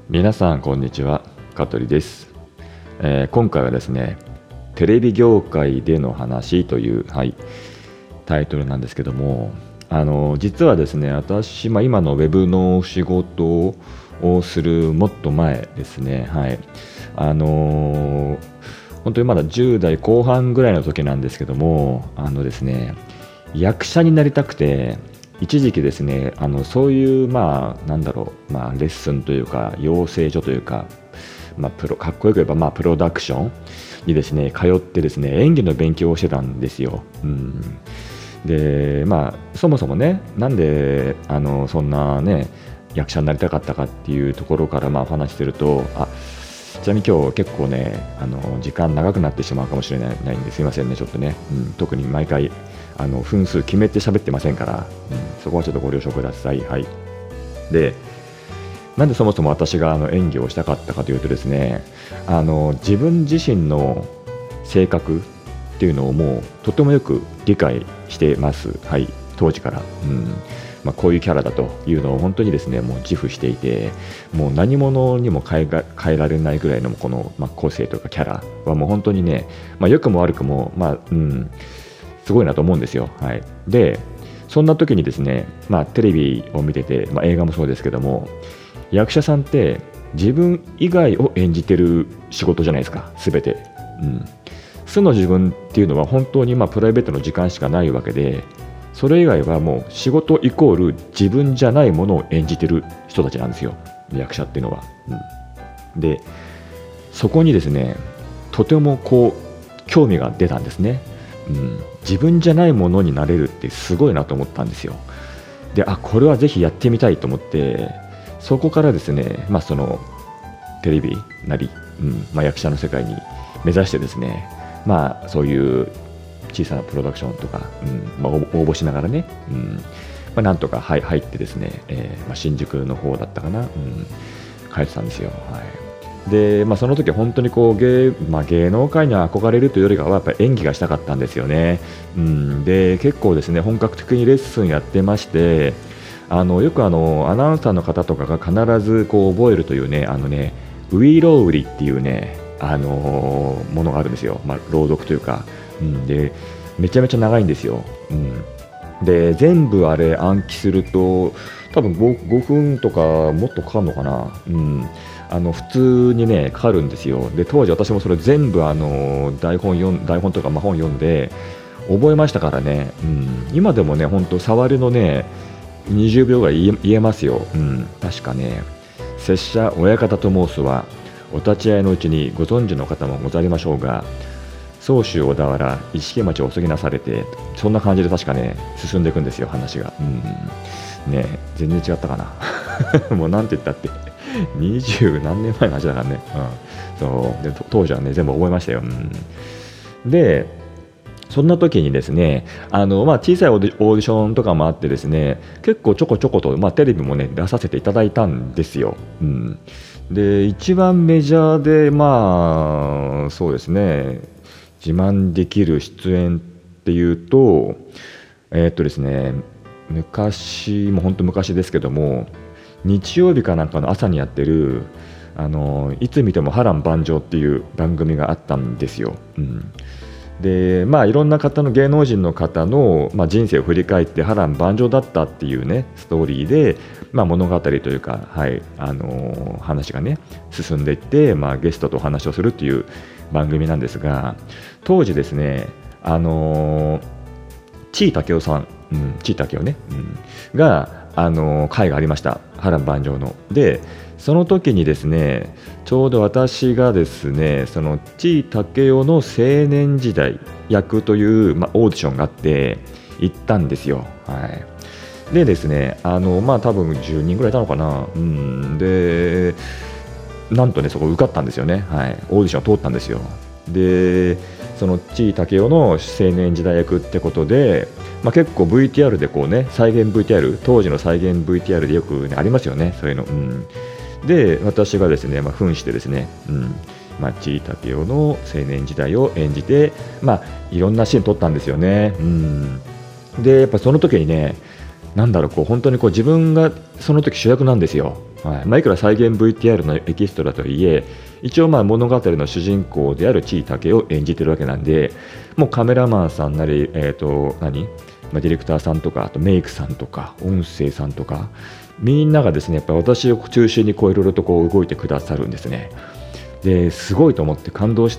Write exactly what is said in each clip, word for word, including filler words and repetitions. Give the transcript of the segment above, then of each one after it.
皆さんこんにちは、香取です、えー今回はですねテレビ業界での話という、はい、タイトルなんですけども、あの実はですね私、まあ、今のウェブの仕事をするもっと前ですね、はい、あの本当にまだじゅう代後半ぐらいの時なんですけども、あのですね役者になりたくて、一時期ですねあのそういうまあなんだろう、まあ、レッスンというか養成所というか、まあ、プロかっこよく言えばまあプロダクションにですね通ってですね演技の勉強をしてたんですよ。うんでまあそもそもねなんであのそんなね役者になりたかったかっていうところからまあお話しすると、あちなみに今日結構ねあの時間長くなってしまうかもしれないんですいませんねちょっとね、うん、特に毎回あの分数決めて喋ってませんから、うん、そこはちょっとご了承ください。はい。でなんでそもそも私があの演技をしたかったかというとですね、あの自分自身の性格っていうのをもうとてもよく理解してます。はい、当時から、うんまあ、こういうキャラだというのを本当にですねもう自負していて、もう何者にも変えが変えられないぐらいのこの、まあ、個性とかキャラはもう本当にね、まあ、良くも悪くも、まあうん、すごいなと思うんですよ。はい、でそんな時にですね、まあ、テレビを見てて、まあ、映画もそうですけども、役者さんって自分以外を演じてる仕事じゃないですか、すべて、うん、素の自分っていうのは本当にまあプライベートの時間しかないわけで、それ以外はもう仕事イコール自分じゃないものを演じてる人たちなんですよ、役者っていうのは、うん、でそこにですねとてもこう興味が出たんですね、うん、自分じゃないものになれるってすごいなと思ったんですよ。であこれはぜひやってみたいと思って、そこからですね、まあ、そのテレビなり、うんまあ、役者の世界に目指してですね、まあ、そういう小さなプロダクションとか、うんまあ、応募応募しながらね、うんまあ、なんとか入入ってですね、えーまあ、新宿の方だったかな、うん、通ってたんですよ。はいでまあ、その時は本当にこう芸、まあ、芸能界に憧れるというよりかはやっぱり演技がしたかったんですよね。うん、で結構ですね本格的にレッスンやってまして、あのよくあのアナウンサーの方とかが必ずこう覚えるというね、あのねウィーロウリっていうね、あのーものがあるんですよ、まあ、朗読というか、うん、でめちゃめちゃ長いんですよ、うん、で全部あれ暗記すると多分 5, ごふんとかもっとかかるのかな、うん、あの普通にねかかるんですよ。で当時私もそれ全部あの台本読ん台本とか、まあ、本読んで覚えましたからね、うん、今でもね本当触りのねにじゅうびょうぐらい言え言えますよ、うん、確かね、拙者親方と申すはお立ち会いのうちにご存知の方もござりましょうが、宗州小田原石毛町をお過ぎなされて、そんな感じで確かね進んでいくんですよ話が、うんね、全然違ったかなもうなんて言ったって二十何年前の話だからね、うん、そうで当時はね全部覚えましたよ、うん、でそんな時にですねあの、まあ、小さいオーディオーディションとかもあってですね結構ちょこちょこと、まあ、テレビもね出させていただいたんですよ、うん、で一番メジャーでまあそうですね自慢できる出演っていうとえーっとですね昔も本当昔ですけども、日曜日かなんかの朝にやってるあのいつ見ても波乱万丈っていう番組があったんですよ、うんでまあ、いろんな方の芸能人の方の、まあ、人生を振り返って波乱万丈だったっていうねストーリーで、まあ、物語というか、はいあのー話がね進んでいって、まあ、ゲストとお話をするっていう番組なんですが、当時ですねあのー地井武雄さん、うん、地井武雄ね、うん、が、あのー会がありました、波乱万丈の。でその時にですねちょうど私がですねその地井武雄の青年時代役という、まあ、オーディションがあって行ったんですよ。はいでですねあのまあ多分じゅうにんぐらいいたのかな、うん、でなんとねそこ受かったんですよね。はい、オーディション通ったんですよ。でその地井武雄の青年時代役ってことで、まあ、結構 ブイティーアール でこうね再現 ブイティーアール 当時の再現 ブイティーアール でよく、ね、ありますよねそういうの、うん、で私がですね、まあ、扮してですね、うんまあ、地井武雄の青年時代を演じて、まあ、いろんなシーン撮ったんですよね、うん、でやっぱその時にねなんだろうこう本当にこう自分がその時主役なんですよ。 はいまあ、いくら再現 ブイティーアール のエキストラとはいえ、一応まあ物語の主人公である地井武を演じてるわけなんで、もうカメラマンさんなり、えーと何まあ、ディレクターさんとか、あとメイクさんとか音声さんとか、みんながですねやっぱり私を中心にこういろいろとこう動いてくださるんですね。ですごいと思って感動して、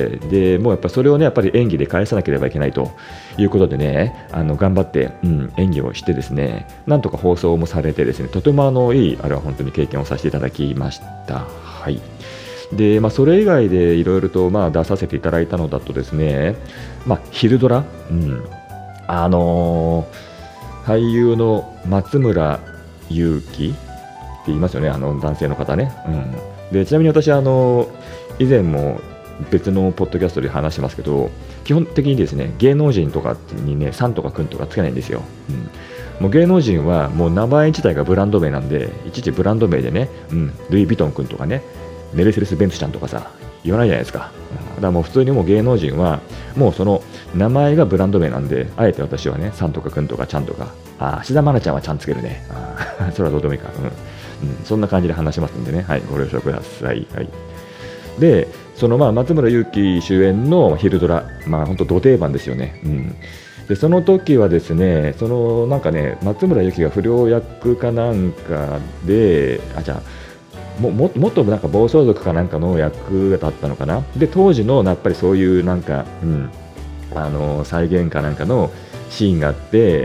でもうやっぱそれをねやっぱり演技で返さなければいけないということでね、あの頑張って、うん、演技をしてですね、なんとか放送もされてですね、とてもあのいいあれは本当に経験をさせていただきました。はい。でまあ、それ以外でいろいろとまあ出させていただいたのだとですね、まあ、昼ドラ、うん、あのー俳優の松村雄基って言いますよね、あの男性の方ね。うんでちなみに私あの以前も別のポッドキャストで話してますけど、基本的にですね芸能人とかにねさんとかくんとかつけないんですよ。うん、もう芸能人はもう名前自体がブランド名なんで、いちいちブランド名でね、うん、ルイ・ヴィトンくんとかね、メルセデス・ベンツちゃんとかさ言わないじゃないですか。うん、だからもう普通にもう芸能人はもうその名前がブランド名なんで、あえて私はねさんとかくんとかちゃんとか、あ芦田愛菜ちゃんはちゃんつけるね。あそれはどうでもいいか。うんうん、そんな感じで話しますんでね、はい、ご了承ください。はい、で、そのまあ松村雄基主演の昼ドラ、まあ本当ど定番ですよね。うん、でその時はですね、そのなんかね、松村雄基が不良役かなんかで、あ、じゃあもももっとなんか暴走族かなんかの役だったのかな。で当時のやっぱりそういうなんか、うん、あの再現かなんかのシーンがあって、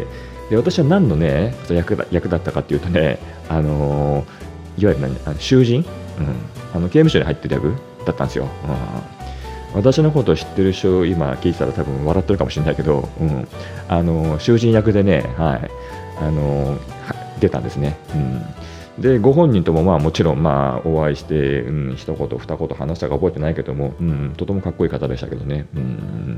で私は何のね役だ役だったかっていうとね、あのー、いわゆる何あの囚人、うん、あの刑務所に入ってる役だったんですよ。うん、私のことを知ってる人今聞いてたら多分笑ってるかもしれないけど、うん、あのー、囚人役でね、はい、あのー、出たんですね。うんでご本人ともまあもちろんまあお会いして、うん、一言二言話したか覚えてないけども、うん、とてもかっこいい方でしたけどね。うん、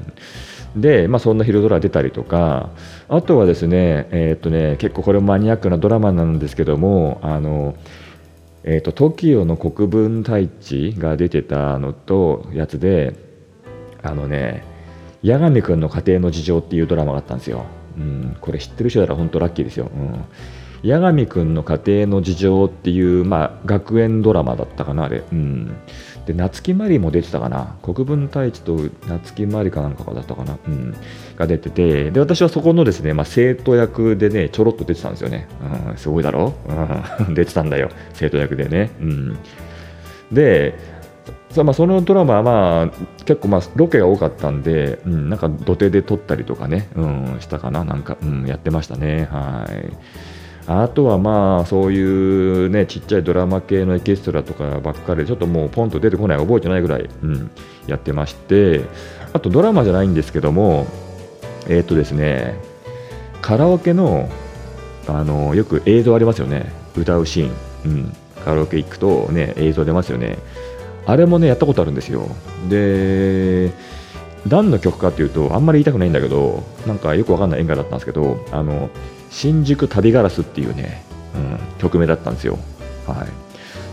で、まあ、そんな昼ドラ出たりとか、あとはですね、えーっとね結構これもマニアックなドラマなんですけども、あの、えーっと トキオ の国分太一が出てたのとやつで、あのね八神くんの家庭の事情っていうドラマがあったんですよ。うん、これ知ってる人なら本当ラッキーですよ。うん八神くんの家庭の事情っていう、まあ、学園ドラマだったかな、あれ。うん、で、夏木マリも出てたかな。国分太一と夏木マリかなんかだったかな。うん、が出てて、で、私はそこのですね、まあ、生徒役でね、ちょろっと出てたんですよね。うん、すごいだろ、うん、出てたんだよ、生徒役でね。うん、で、まあ、そのドラマは、まあ、結構まあロケが多かったんで、うん、なんか土手で撮ったりとかね、うん、したかな、なんか、うん、やってましたね。はい。あとはまあそういうねちっちゃいドラマ系のエキストラとかばっかりでちょっともうポンと出てこない覚えてないぐらい、うん、やってまして、あとドラマじゃないんですけども、えー、っとですねカラオケのあのよく映像ありますよね、歌うシーン、うん、カラオケ行くとね映像出ますよね。あれもねやったことあるんですよ。で何の曲かっていうとあんまり言いたくないんだけど、なんかよくわかんない演歌だったんですけど、あの新宿旅ガラスっていうね、うん、曲名だったんですよ。はい、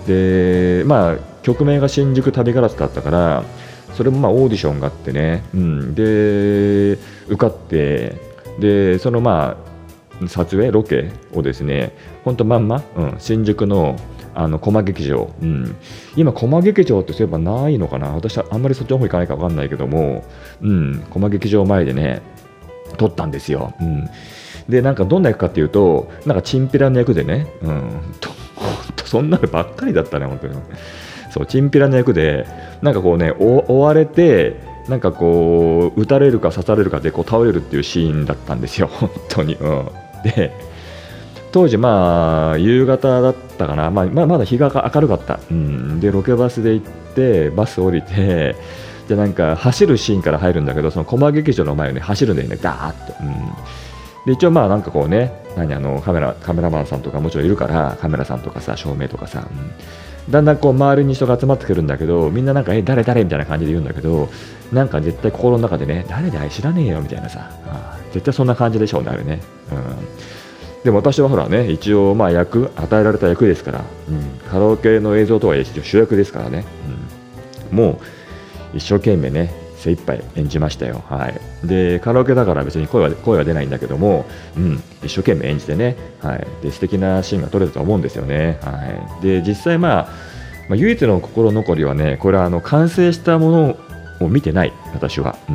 でまあ曲名が新宿旅ガラスだったから、それもまあオーディションがあってね、うん、で受かって、でそのまあ撮影ロケをですね本当まんま、うん、新宿のあの駒劇場、うん、今駒劇場ってそういえばないのかな、私はあんまりそっちの方行かないか分かんないけども、うん、駒劇場前でね撮ったんですよ。うん、でなんかどんな役かっていうと、なんかチンピラの役でね、うん、とそんなのばっかりだったね本当に。そうチンピラの役でなんかこうね追われてなんかこう撃たれるか刺されるかでこう倒れるっていうシーンだったんですよ本当に。うん、で当時まあ夕方だったかな、まあ、まだ日が明るかった、うん、でロケバスで行ってバス降りて、でなんか走るシーンから入るんだけど、その駒劇場の前をね走るんだよねダーッと。うん、で一応まあなんかこうね何あのカメラカメラマンさんとかもちろんいるから、カメラさんとかさ照明とかさ、うん、だんだんこう周りに人が集まってくるんだけど、みんななんかえ誰誰みたいな感じで言うんだけど、なんか絶対心の中でね誰だい知らねえよみたいなさ、あ絶対そんな感じでしょうねあれね。うん、でも私はほらね一応まあ役与えられた役ですから、うん、カラオケの映像とはいえ一応主役ですからね、うん、もう一生懸命ね精一杯演じましたよ。はい、でカラオケだから別に声は声は出ないんだけども、うん、一生懸命演じてね、はい、で素敵なシーンが撮れたと思うんですよね。はい、で実際、まあ、まあ唯一の心残りはね、これはあの完成したものを見てない私は。うん、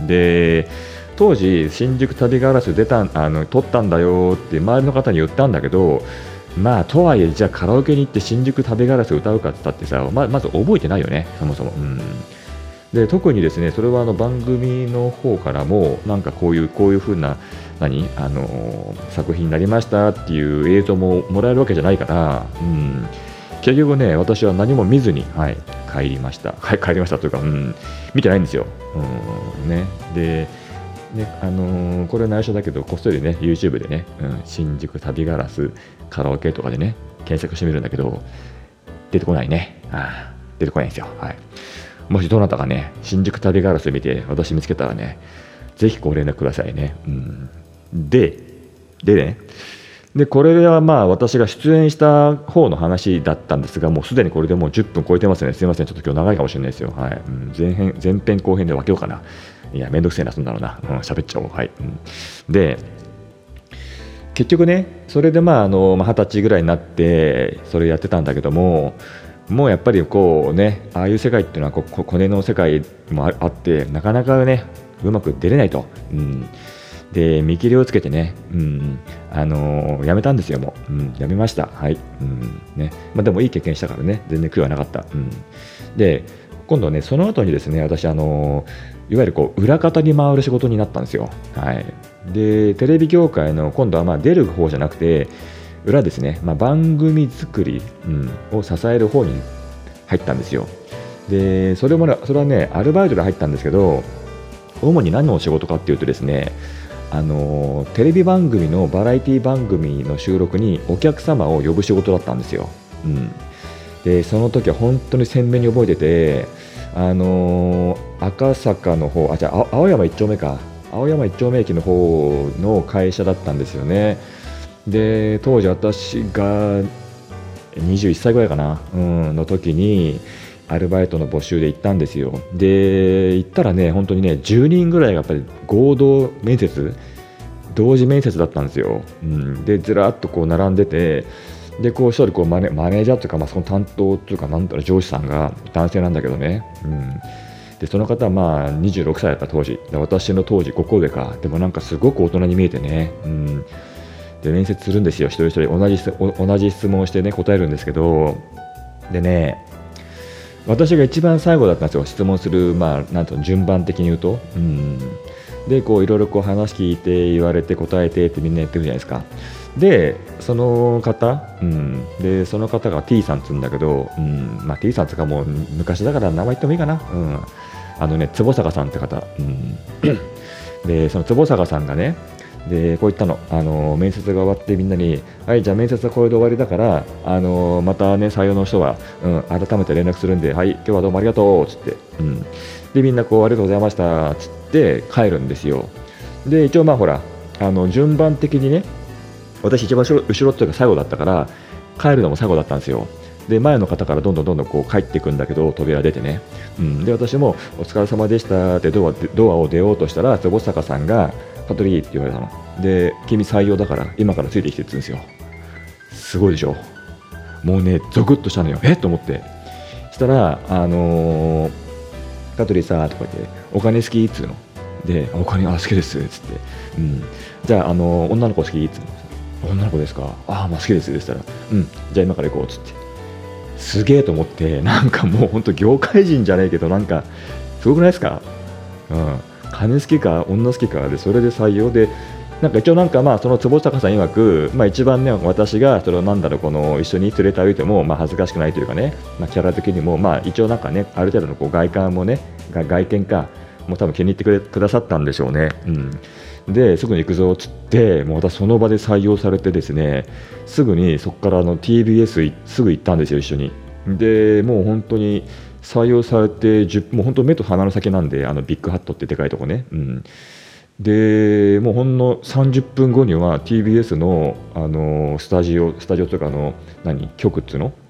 で当時新宿旅ガラス出たあの撮ったんだよって周りの方に言ったんだけど、まあとはいえじゃあカラオケに行って新宿旅ガラス歌うかって言ったってさ、ままず覚えてないよね、そもそも。うん、で特にですね、それはあの番組の方からもなんかこういうこういう風な何あのー作品になりましたっていう映像ももらえるわけじゃないから、うん、結局ね私は何も見ずに、はい、帰りました。はい、帰りましたというか、うん、見てないんですよ。うんね、でね、あのーこれ内緒だけどこっそりね YouTube でね、うん、新宿旅ガラスカラオケとかでね検索してみるんだけど出てこないね。あー出てこないんですよ。はい、もしどなたがね新宿旅ガラス見て私見つけたらねぜひご連絡くださいね。うん、ででねでこれはまあ私が出演した方の話だったんですが、もうすでにこれでもうじゅっぷん超えてますね。すみません、ちょっと今日長いかもしれないですよ。はい、うん、前編前編後編で分けようかな。いやめんどくせえな、そんなのな。うん、喋っちゃおう。はい、うん、で結局ねそれでまああのまあはたちぐらいになってそれやってたんだけども、もうやっぱりこうねああいう世界っていうのはここコネの世界もああってなかなかねうまく出れないと。うん、で見切りをつけてね、うんあのーやめたんですよ。もう、うん、やめました。はい、うんねまあ、でもいい経験したからね全然悔いはなかった。うん、で今度ねその後にですね私あのーいわゆるこう裏方に回る仕事になったんですよ。はい、でテレビ業界の今度はまあ出る方じゃなくて裏ですね、まあ、番組作り、うん、を支える方に入ったんですよ。でそれもねそれはねアルバイトで入ったんですけど、主に何の仕事かっていうとですね、あのテレビ番組のバラエティ番組の収録にお客様を呼ぶ仕事だったんですよ。うん、でその時は本当に鮮明に覚えてて、あの赤坂の方あじゃあ青山一丁目か青山一丁目駅の方の会社だったんですよね。で当時私がにじゅういっさいぐらいかな、うん、の時にアルバイトの募集で行ったんですよ。で行ったらね本当にねじゅうにんぐらいがやっぱり合同面接同時面接だったんですよ。うん、でずらっとこう並んでて、でこう一人こうマネマネージャーというか、まあ、その担当というかなんだろう上司さんが男性なんだけどね、うん、でその方はまあにじゅうろくさいだった当時で、私の当時ごこ上か、でもなんかすごく大人に見えてね、うん、で面接するんですよ。一人一人同じ質同じ質問をしてね答えるんですけど、でね私が一番最後だったんですよ、質問する、まあ、なんと順番的に言うと、うん、でこういろいろこう話聞いて言われて答えてってみんなやってるじゃないですか。でその方、うん、でその方が T さんっつうんだけど、うんまあ、T さんつかもう昔だから名前言ってもいいかな、うん、あのね坪坂さんって方、うん、でその坪坂さんがねでこう言ったの、あの面接が終わってみんなに、はい、じゃあ面接はこれで終わりだから、あのまたね採用の人は、うん、改めて連絡するんで、はい、今日はどうもありがとうつって、うん、でみんなこうありがとうございましたつって帰るんですよ。で一応まあほらあの順番的にね私一番後ろ後ろっていうか最後だったから帰るのも最後だったんですよ。で前の方からどんどんどんどんこう帰っていくんだけど扉出てね、うん、で私もお疲れ様でしたってドアドアを出ようとしたら坪坂さんがカトリーって言われたので、君採用だから今からついてきてって言うんですよ。すごいでしょ。もうねゾクッとしたのよ。えっと思って、したらあのー、カトリーさとか言ってお金好きっつうので、お金あ好きですっつって、うん、じゃあ、あのー、女の子好きっつうの、女の子ですか、ああまあ好きですって言ったら、うんじゃあ今から行こうっつって、すげえと思って、なんかもう本当業界人じゃないけどなんかすごくないですか。うん金好きか女好きかでそれで採用で、なんか一応なんかまあその坪坂さん曰く、まあ、一番ね私がそれをなんだろうこの一緒に連れて歩いてもまあ恥ずかしくないというかね、まあ、キャラ的にもまあ一応なんかねある程度のこう外観もね外見かもう多分気に入ってくれくださったんでしょうね。うん、ですぐに行くぞっつってもう私その場で採用されてですね、すぐにそこからあの ティービーエス すぐ行ったんですよ一緒に。でもう本当に採用されてじゅうもう本当目と鼻の先なんで、あのビッグハットってでかいとこね、うん、でもうほんのさんじゅっぷんごには ティービーエス の、あのスタジオスタジオというかあの何局っつうの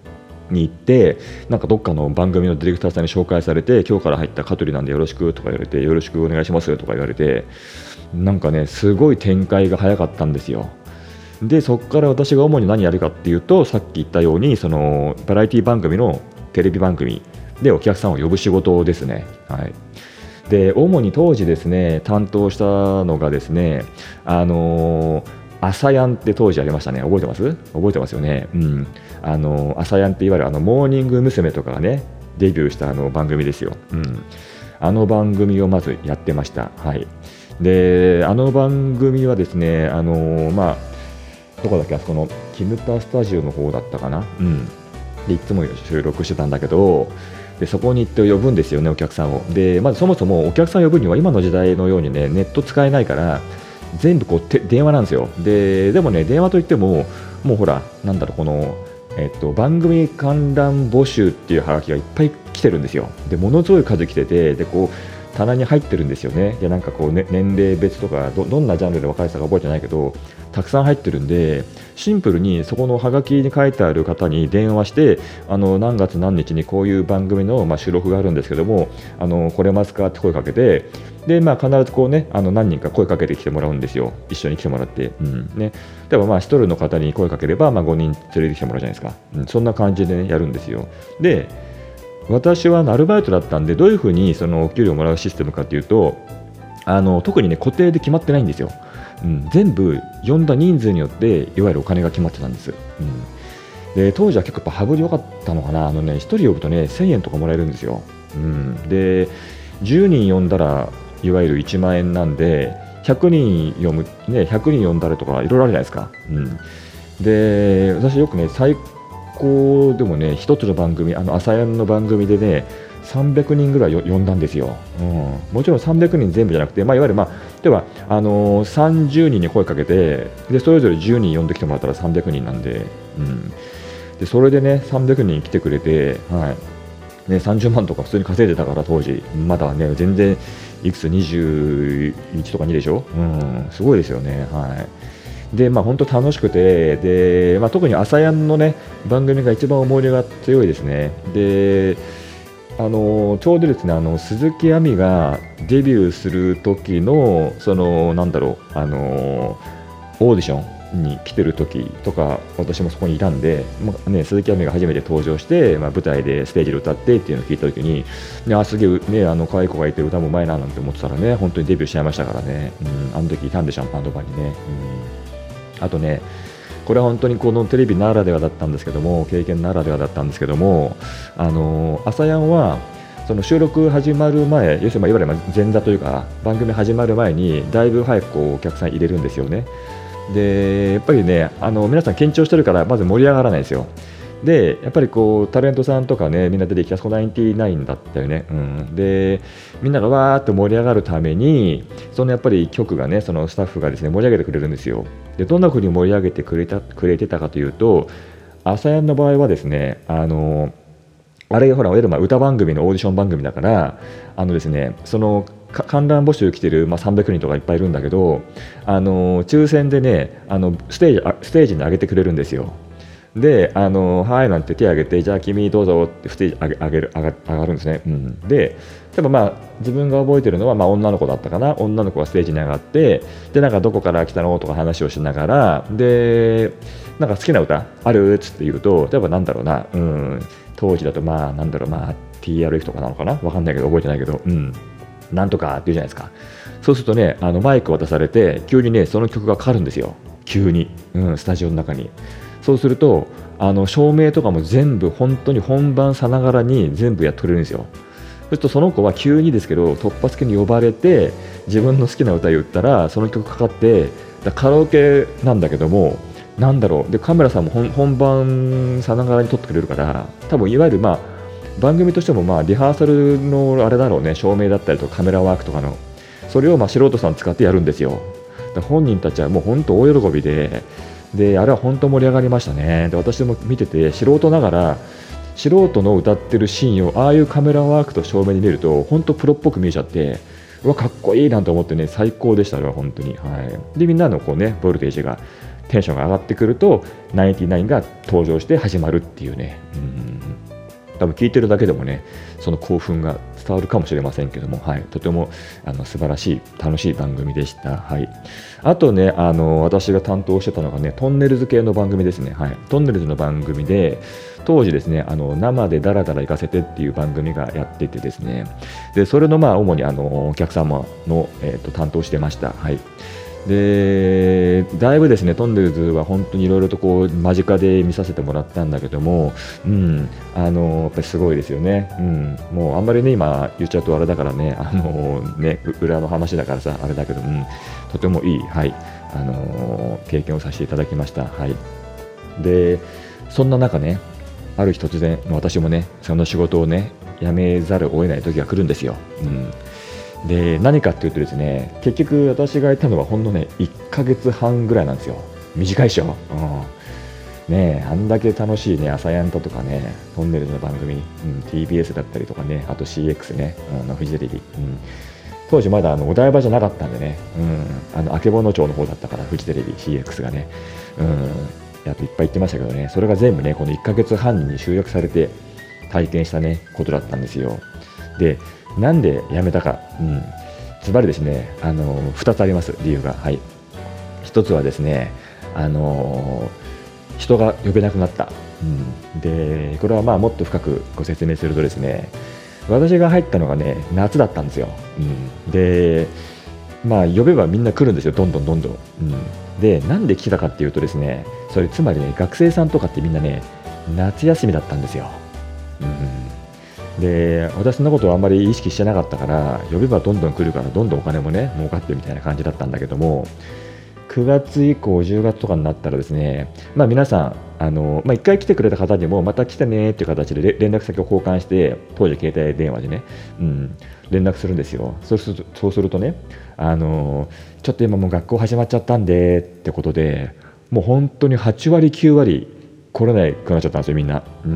に行って、なんかどっかの番組のディレクターさんに紹介されて、今日から入った香取なんでよろしくとか言われて、よろしくお願いしますとか言われて、なんかねすごい展開が早かったんですよ。でそこから私が主に何やるかっていうと、さっき言ったようにそのバラエティ番組のテレビ番組でお客さんを呼ぶ仕事ですね。はい。で主に当時ですね担当したのがですね、あのー朝やんって当時ありましたね。覚えてます覚えてますよね。うん。あの朝やんっていわゆるあのモーニング娘。とかがねデビューしたあの番組ですよ。うん。あの番組をまずやってました。はい。であの番組はですね、あのーまあどこだっけ、あそこのキムタスタジオの方だったかな。うん。でいつも収録してたんだけど、でそこに行って呼ぶんですよね、お客さんを。でまずそもそもお客さんを呼ぶには今の時代のようにねネット使えないから、全部こうて電話なんですよ。ででもね電話といってももうほらなんだろう、この、えっと、番組観覧募集っていうハガキがいっぱい来てるんですよ。でものすごい数来てて、でこう棚に入ってるんですよね。でなんかこう、ね、年齢別とか ど, どんなジャンルで分かれてたか覚えてないけど、たくさん入ってるんで、シンプルにそこのハガキに書いてある方に電話して、あの何月何日にこういう番組の、まあ、収録があるんですけども、あの来れますかって声かけて、で、まあ、必ずこう、ね、あの何人か声かけてきてもらうんですよ。一緒に来てもらって、うんね、例えばまあひとりの方に声かければ、まあ、ごにん連れてきてもらうじゃないですか、うん、そんな感じで、ね、やるんですよ。で私はアルバイトだったんで、どういうふうにそのお給料をもらうシステムかというと、あの特に、ね、固定で決まってないんですよ。うん、全部呼んだ人数によっていわゆるお金が決まってたんです。うん、で当時は結構やっぱ羽振り良かったのかな。あの、ね、ひとり呼ぶと、ね、せんえんとかもらえるんですよ。うん、でじゅうにん呼んだらいわゆるいちまん円なんで、ひゃくにん呼む、ね、ひゃくにん呼んだらとかいろいろあるじゃないですか。うん、で私よくね最高でもね一つの番組、あの朝やんの番組でねさんびゃくにんぐらい呼んだんですよ。うん、もちろんさんびゃくにん全部じゃなくて、まあ、いわゆる、まあ、例えば、あのー、さんじゅうにんに声かけて、でそれぞれじゅうにん呼んできてもらったらさんびゃくにんなんで、うん、でそれでねさんびゃくにん来てくれて、はいね、さんじゅうまんとか普通に稼いでたから当時、まだね全然いくつにじゅういちとかにでしょ、うん、すごいですよね。はいでまあ、本当楽しくて、で、まあ、特に朝やんの、ね、番組が一番思い入れが強いですね。であのちょうどですね、あの鈴木亜美がデビューする時のそのなんだろう、あのオーディションに来てる時とか、私もそこにいたんで、まあね、鈴木亜美が初めて登場して、まあ、舞台でステージで歌ってっていうのを聞いた時に、ね、あすげえ、ね、あの可愛い子がいて歌もうまいななんて思ってたらね、本当にデビューしちゃいましたからね。うん、あの時いたんでシャンパンとかにね。うん、あとねこれは本当にこのテレビならではだったんですけども、経験ならではだったんですけども、あの朝やんはその収録始まる前、要するにいわゆる前座というか番組始まる前にだいぶ早くこうお客さん入れるんですよね。でやっぱりね、あの皆さん緊張してるからまず盛り上がらないですよ。でやっぱりこうタレントさんとかねみんな出てきた、そこナインティナインだったよね。うん、でみんながわーっと盛り上がるために、そのやっぱり局がね、そのスタッフがですね盛り上げてくれるんですよ。でどんな風に盛り上げてくれたくれてたかというと、朝やんの場合はですね、あのあれほらいわゆるまあ歌番組のオーディション番組だから、あのですねその観覧募集来てる、まあ、さんびゃくにんとかいっぱいいるんだけど、あの抽選でねあのステージあステージに上げてくれるんですよ。で、あのはいなんて手を挙げて、じゃあ君どうぞってステージ上げ上げる上が上がるんですね。うん、で、例えばまあ自分が覚えてるのはまあ女の子だったかな、女の子がステージに上がって、でなんかどこから来たのとか話をしながら、でなんか好きな歌あるっつって言うと、例えばなんだろうな、うん、当時だとまあなんだろうまあ ティーアールエフ とかなのかな、わかんないけど覚えてないけど、うん、なんとかって言うじゃないですか。そうするとね、あのマイク渡されて急にねその曲がかかるんですよ。急に、うん、スタジオの中に。そうするとあの照明とかも全部本当に本番さながらに全部やってくれるんですよ。そうするとその子は急にですけど突発的に呼ばれて、自分の好きな歌を言ったらその曲かかって、だカラオケなんだけども、なんだろうでカメラさんも本本番さながらに撮ってくれるから、多分いわゆるまあ番組としてもまあリハーサルのあれだろうね、照明だったりとかカメラワークとかのそれをまあ素人さん使ってやるんですよ。だ本人たちはもう本当大喜びで、であれは本当盛り上がりましたね。で私も見てて素人ながら、素人の歌ってるシーンをああいうカメラワークと照明に見ると本当プロっぽく見えちゃって、うわかっこいいなと思ってね、最高でした。あれは本当に、はい、でみんなのこうねボルテージがテンションが上がってくるとナインティナインが登場して始まるっていうね、うん多分聞いてるだけでもねその興奮が伝わるかもしれませんけども、はい、とてもあの素晴らしい楽しい番組でした。はい、あとねあの私が担当してたのがねトンネルズ系の番組ですね。はい、トンネルズの番組で当時ですねあの生でダラダラ行かせてっていう番組がやっててですね、でそれのまあ主にあのお客様の、えー、と担当してました。はい、でだいぶですねトンネルズは本当にいろいろとこう間近で見させてもらったんだけども、うん、あのやっぱりすごいですよね。うん、もうあんまりね今言っちゃうとあれだからね、あのね裏の話だからさあれだけど、うん、とてもいい、はい、あの経験をさせていただきました。はい、でそんな中ねある日突然私もねその仕事をね辞めざるを得ない時が来るんですよ。うんで何かっていうとですね結局私がいたのはほんのねいっかげつはんぐらいなんですよ。短いでしょ、うん、ねえあんだけ楽しいね朝やんたとかねトンネルズの番組、うん、ティービーエス だったりとかねあと シーエックス ね、うん、フジテレビ、うん、当時まだあのお台場じゃなかったんでね、うん、あの曙町の方だったからフジテレビ シーエックス がね、うん、やっといっぱい行ってましたけどね、それが全部ねこのいっかげつはんに集約されて体験したねことだったんですよ。でなんで辞めたか、うん、ズバリですねあのふたつあります理由が。はい、ひとつはですねあの人が呼べなくなった、うん、でこれはまあもっと深くご説明するとですね私が入ったのがね夏だったんですよ、うん、でまあ呼べばみんな来るんですよどんどんどんどん、うん、でなんで来たかっていうとですねそれつまりね学生さんとかってみんなね夏休みだったんですよ、うんで私そんなことをあんまり意識してなかったから呼べばどんどん来るからどんどんお金もね儲かってみたいな感じだったんだけども、くがつ以降じゅうがつとかになったらですね、まあ、皆さんあの、まあ、いっかい来てくれた方にもまた来てねっていう形で連絡先を交換して当時携帯電話でね、うん、連絡するんですよ。そうすると、そうするとねあのちょっと今もう学校始まっちゃったんでってことでもう本当にはちわりきゅうわり来れなくなっちゃったんですよみんな、うん、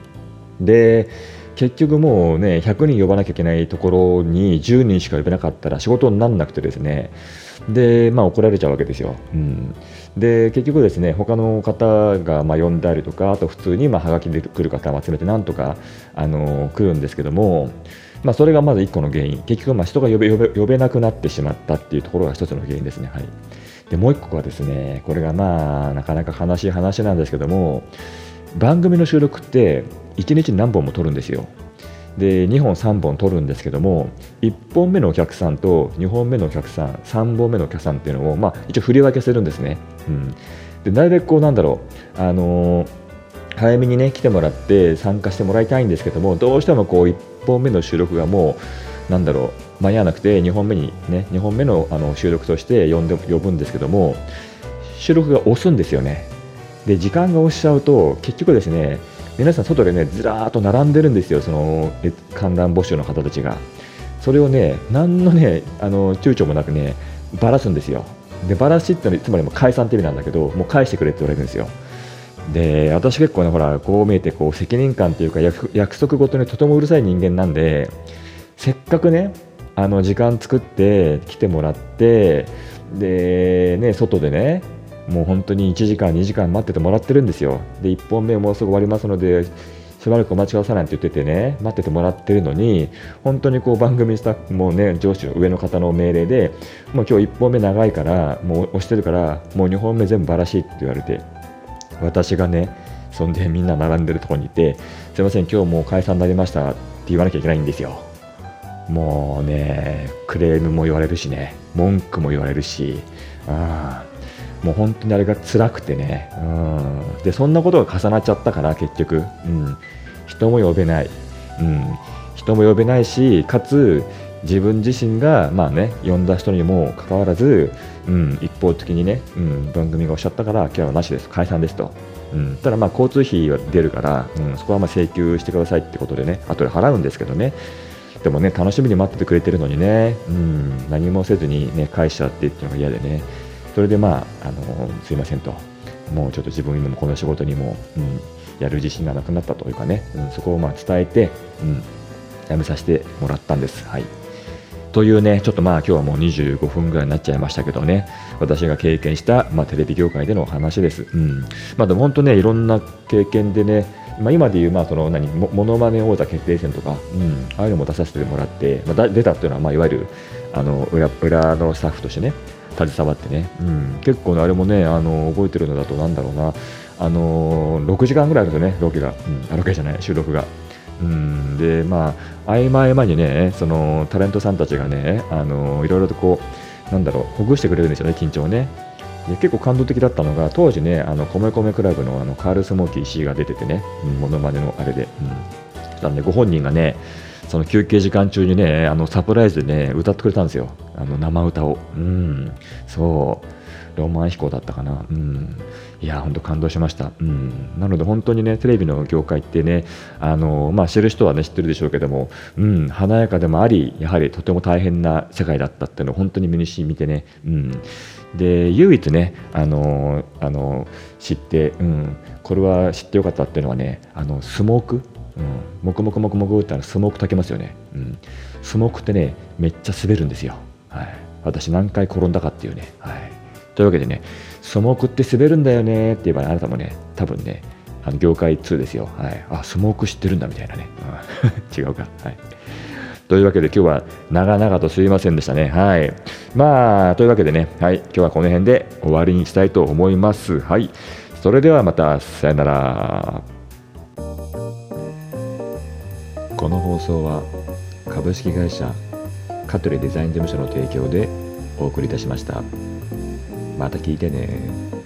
で結局もうねひゃくにん呼ばなきゃいけないところにじゅうにんしか呼べなかったら仕事にならなくてですねで、まあ、怒られちゃうわけですよ、うん、で結局ですね他の方がまあ呼んだりとかあと普通にまあはがきで来る方を集めてなんとかあの来るんですけども、まあ、それがまずいっこの原因結局まあ人が呼べ、呼べ、呼べなくなってしまったっていうところが一つの原因ですね。はい、でもういっこはですねこれがまあなかなか悲しい話なんですけども番組の収録っていちにちに何本も撮るんですよ。でにほんさんぼん撮るんですけどもいっぽんめのお客さんとにほんめのお客さんさんぼんめのお客さんっていうのを、まあ、一応振り分けするんですね、うん、でなるべくこうなんだろう、あのー、早めにね来てもらって参加してもらいたいんですけどもどうしてもこういっぽんめの収録がもうなんだろう間に合わなくてにほんめにねにほんめの、あの収録として呼んで呼ぶんですけども収録が押すんですよね。で時間が押しちゃうと結局ですね皆さん外でねずらーっと並んでるんですよその観覧募集の方たちが。それをね何のねあの躊躇もなくねばらすんですよ。でばらしってのはつまりもう解散って意味なんだけどもう返してくれって言われるんですよ。で私結構ねほらこう見えてこう責任感というか 約, 約束ごとにとてもうるさい人間なんでせっかくねあの時間作って来てもらってでね外でねもう本当にいちじかんにじかん待っててもらってるんですよ。でいっぽんめもうすぐ終わりますのでしばらくお待ちくださいなんて言っててね待っててもらってるのに本当にこう番組スタッフもね上司の上の方の命令でもう今日いっぽんめ長いからもう押してるからもうにほんめ全部ばらしいって言われて私がねそんでみんな並んでるところにいてすいません今日もう解散になりましたって言わなきゃいけないんですよ。もうねクレームも言われるしね文句も言われるしあもう本当にあれが辛くてね、うん、でそんなことが重なっちゃったから結局、うん、人も呼べない、うん、人も呼べないしかつ自分自身がまあね呼んだ人にもかかわらず、うん、一方的にね、うん、番組がおっしゃったから今日はなしです解散ですと、うん、ただまあ交通費は出るから、うん、そこはまあ請求してくださいってことでね後で払うんですけどねでもね楽しみに待っててくれてるのにね、うん、何もせずにね返しちゃってっていうのが嫌でねそれでまあ、あのすいませんともうちょっと自分にもこの仕事にも、うん、やる自信がなくなったというかね、うん、そこをまあ伝えて、うん、辞めさせてもらったんです。はいというねちょっとまあ今日はもうにじゅうごふんぐらいになっちゃいましたけどね私が経験した、まあ、テレビ業界での話です。うんまあ、でも本当ねいろんな経験でねまあ、今でいうまあその何もモノマネ王座決定戦とか、うん、ああいうのも出させてもらって、まあ、だ出たっていうのは、まあ、いわゆるあの 裏, 裏のスタッフとしてね携わってね、うん、結構ねあれもねあの覚えてるのだとなんだろうな、あのろくじかんぐらいあるんですよね、ロケが、うん、あロケじゃない収録が。うん、でまあ合間合間にねそのタレントさんたちがねあのいろいろとこうなんだろうほぐしてくれるんですよね、緊張をね。で結構感動的だったのが当時ねあの米米クラブのあのカールスモーキー石井が出ててね、うん、モノマネのあれで、うん、なんでご本人がねその休憩時間中にねあのサプライズでね歌ってくれたんですよ、あの生歌を。うん、そうロマン飛行だったかな。うん、いや本当感動しました。うん、なので本当にねテレビの業界ってねあの、まあ、知る人はね知ってるでしょうけども、うん、華やかでもありやはりとても大変な世界だったっていうのを本当に身に染みてね、うん、で唯一ねあのあの知って、うん、これは知ってよかったっていうのはねあのスモーク、うん、もくもくもくもくってあのスモーク炊けますよね、うん、スモークってねめっちゃ滑るんですよ、はい、私何回転んだかっていうね、はい、というわけでねスモークって滑るんだよねって言えば、ね、あなたもね多分ねあの業界通ですよ、はい、あスモーク知ってるんだみたいなね、うん、違うか、はい、というわけで今日は長々とすいませんでしたね。はい。まあ、というわけでね、はい、今日はこの辺で終わりにしたいと思います。はい。それではまた、さよなら。この放送は株式会社香取デザイン事務所の提供でお送りいたしました。また聞いてね。